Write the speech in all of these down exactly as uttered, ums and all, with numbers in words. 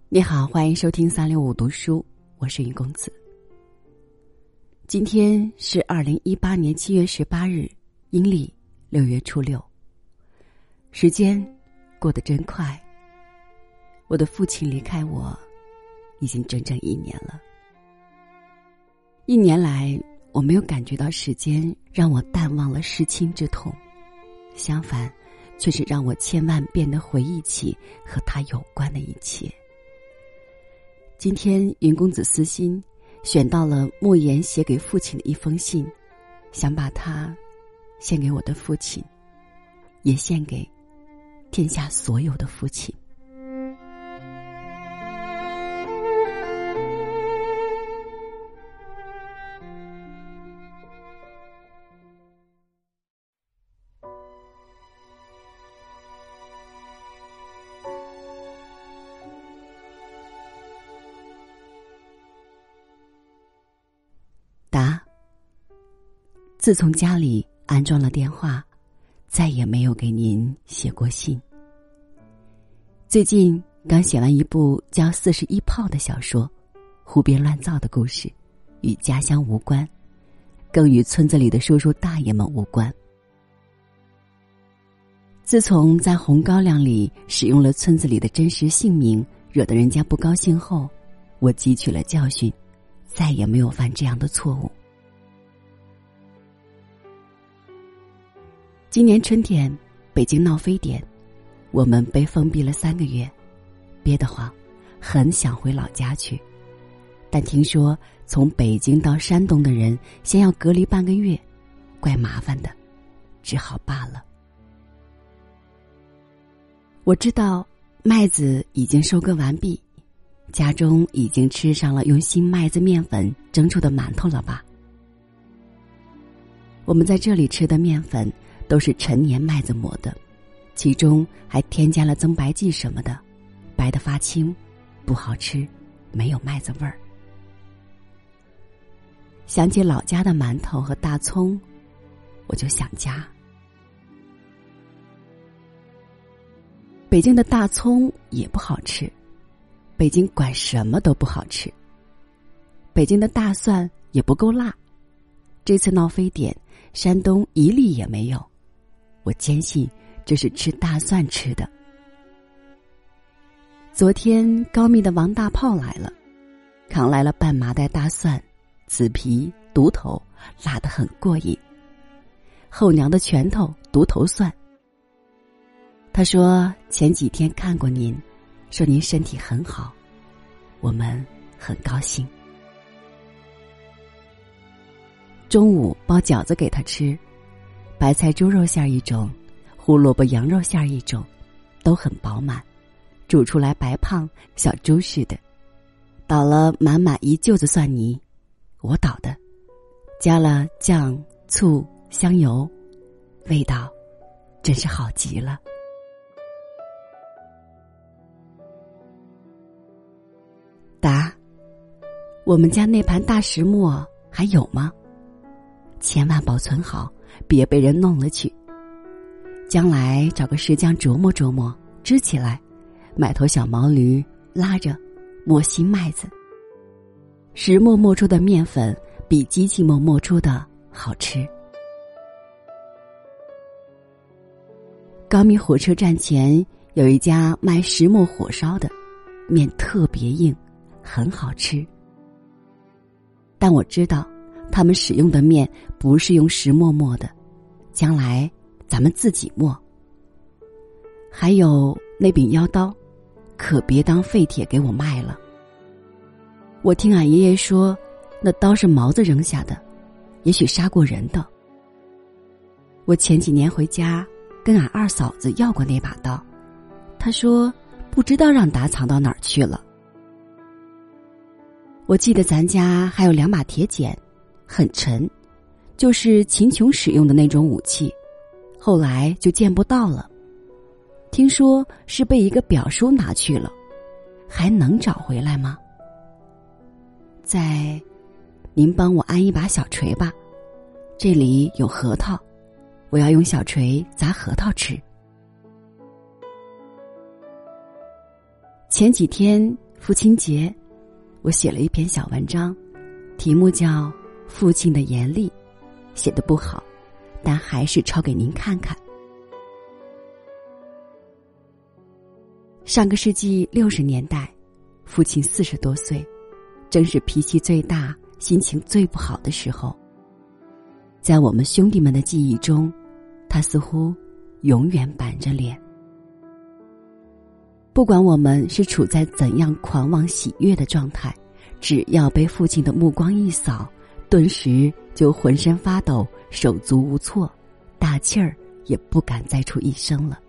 你好，欢迎收听三六五读书，我是云公子。今天是二零一八年七月十八日，阴历六月初六。时间过得真快，我的父亲离开我已经整整一年了。一年来，我没有感觉到时间让我淡忘了失亲之痛，相反，却是让我千万遍地回忆起和他有关的一切。今天云公子私心选到了莫言写给父亲的一封信，想把它献给我的父亲，也献给天下所有的父亲。答：自从家里安装了电话，再也没有给您写过信。最近刚写完一部叫《四十一炮》的小说，胡编乱造的故事，与家乡无关，更与村子里的叔叔大爷们无关。自从在红高粱里使用了村子里的真实姓名，惹得人家不高兴后，我汲取了教训，再也没有犯这样的错误。今年春天，北京闹非典，我们被封闭了三个月，憋得慌，很想回老家去，但听说从北京到山东的人先要隔离半个月，怪麻烦的，只好罢了。我知道麦子已经收割完毕，家中已经吃上了用新麦子面粉蒸出的馒头了吧？我们在这里吃的面粉都是陈年麦子磨的，其中还添加了增白剂什么的，白得发青，不好吃，没有麦子味儿。想起老家的馒头和大葱，我就想家。北京的大葱也不好吃，北京管什么都不好吃。北京的大蒜也不够辣，这次闹非典，山东一粒也没有。我坚信这是吃大蒜吃的。昨天高密的王大炮来了，扛来了半麻袋大蒜，紫皮、独头，辣得很过瘾。后娘的拳头独头蒜。他说前几天看过您，说您身体很好，我们很高兴。中午包饺子给他吃，白菜猪肉馅一种，胡萝卜羊肉馅一种，都很饱满，煮出来白胖，小猪似的。倒了满满一臼子蒜泥，我倒的，加了酱、醋、香油，味道真是好极了。答：我们家那盘大石磨还有吗？千万保存好，别被人弄了去。将来找个石匠琢磨琢磨，支起来，买头小毛驴拉着磨新麦子。石磨磨出的面粉比机器磨磨出的好吃。高密火车站前有一家卖石磨火烧的，面特别硬，很好吃。但我知道他们使用的面不是用石磨磨的，将来咱们自己磨。还有那柄腰刀，可别当废铁给我卖了。我听俺爷爷说，那刀是毛子扔下的，也许杀过人的。我前几年回家跟俺二嫂子要过那把刀，她说不知道让打藏到哪儿去了。我记得咱家还有两把铁剪，很沉，就是秦琼使用的那种武器，后来就见不到了。听说是被一个表叔拿去了，还能找回来吗？再，您帮我安一把小锤吧，这里有核桃，我要用小锤砸核桃吃。前几天父亲节，我写了一篇小文章，题目叫《父亲的严厉》，写得不好，但还是抄给您看看。上个世纪六十年代，父亲四十多岁，正是脾气最大、心情最不好的时候。在我们兄弟们的记忆中，他似乎永远板着脸。不管我们是处在怎样狂妄喜悦的状态，只要被父亲的目光一扫，顿时就浑身发抖，手足无措，大气儿也不敢再出一声了。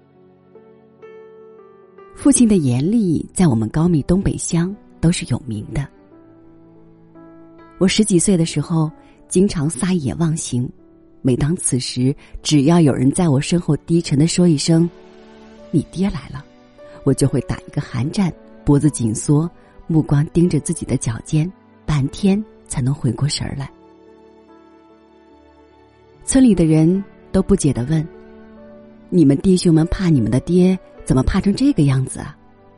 父亲的严厉在我们高密东北乡都是有名的。我十几岁的时候经常撒野忘形，每当此时，只要有人在我身后低沉地说一声你爹来了，我就会打一个寒战，脖子紧缩，目光盯着自己的脚尖，半天才能回过神儿来。村里的人都不解地问，你们弟兄们怕你们的爹怎么怕成这个样子啊？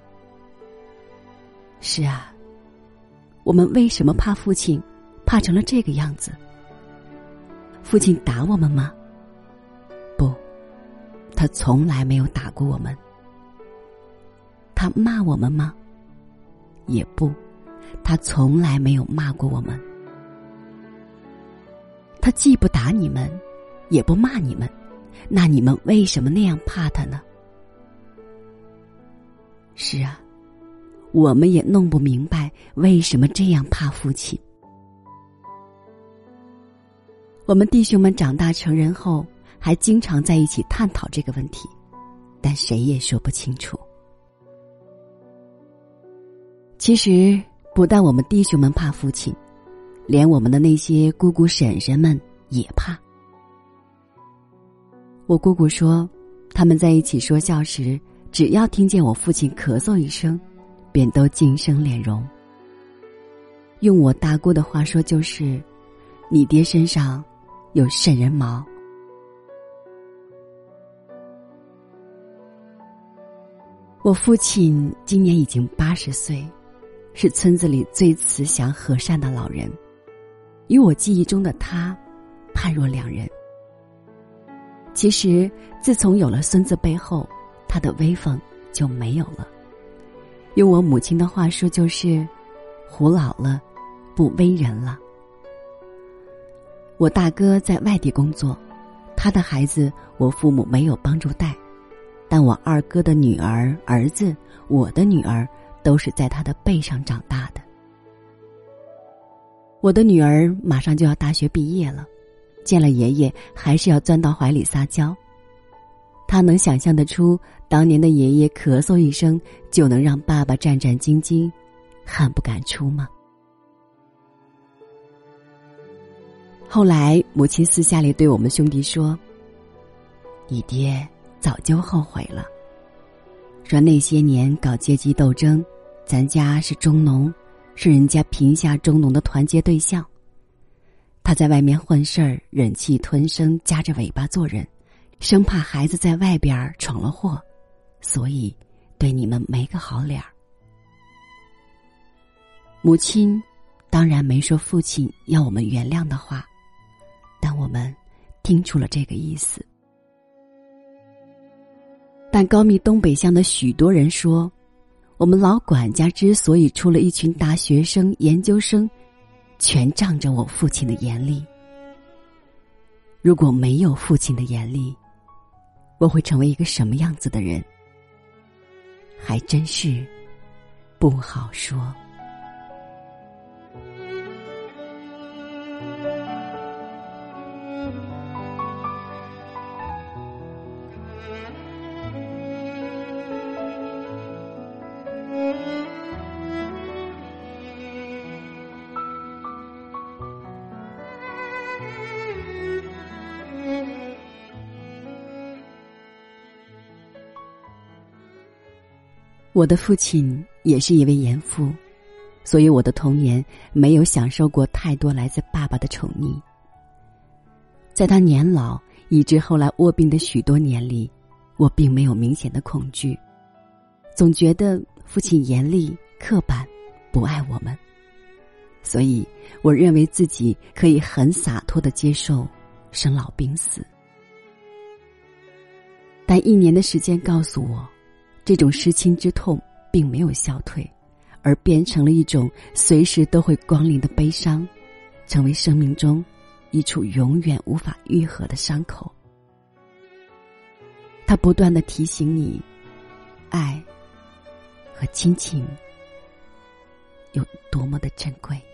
是啊，我们为什么怕父亲怕成了这个样子？父亲打我们吗？不，他从来没有打过我们。他骂我们吗？也不，他从来没有骂过我们。他既不打你们，也不骂你们，那你们为什么那样怕他呢？是啊，我们也弄不明白为什么这样怕父亲。我们弟兄们长大成人后，还经常在一起探讨这个问题，但谁也说不清楚。其实，不但我们弟兄们怕父亲，连我们的那些姑姑婶婶们也怕。我姑姑说，他们在一起说笑时，只要听见我父亲咳嗽一声，便都噤声敛容。用我大姑的话说就是，你爹身上有瘆人毛。我父亲今年已经八十岁，是村子里最慈祥和善的老人，与我记忆中的他判若两人。其实自从有了孙子背后，他的威风就没有了。用我母亲的话说就是虎老了，不威人了。我大哥在外地工作，他的孩子我父母没有帮助带，但我二哥的女儿、儿子，我的女儿都是在他的背上长大的。我的女儿马上就要大学毕业了，见了爷爷还是要钻到怀里撒娇。他能想象得出当年的爷爷咳嗽一声就能让爸爸战战兢兢，汗不敢出吗？后来母亲私下里对我们兄弟说，你爹早就后悔了，说那些年搞阶级斗争，咱家是中农，是人家贫下中农的团结对象。他在外面混事儿，忍气吞声，夹着尾巴做人，生怕孩子在外边闯了祸，所以对你们没个好脸儿。母亲当然没说父亲要我们原谅的话，但我们听出了这个意思。但高密东北乡的许多人说，我们老管家之所以出了一群大学生、研究生，全仗着我父亲的严厉。如果没有父亲的严厉，我会成为一个什么样子的人，还真是不好说。我的父亲也是一位严父，所以我的童年没有享受过太多来自爸爸的宠溺。在他年老以致后来卧病的许多年里，我并没有明显的恐惧，总觉得父亲严厉刻板不爱我们，所以我认为自己可以很洒脱地接受生老病死。但一年的时间告诉我，这种失亲之痛并没有消退，而变成了一种随时都会光临的悲伤，成为生命中一处永远无法愈合的伤口。它不断地提醒你，爱和亲情有多么的珍贵。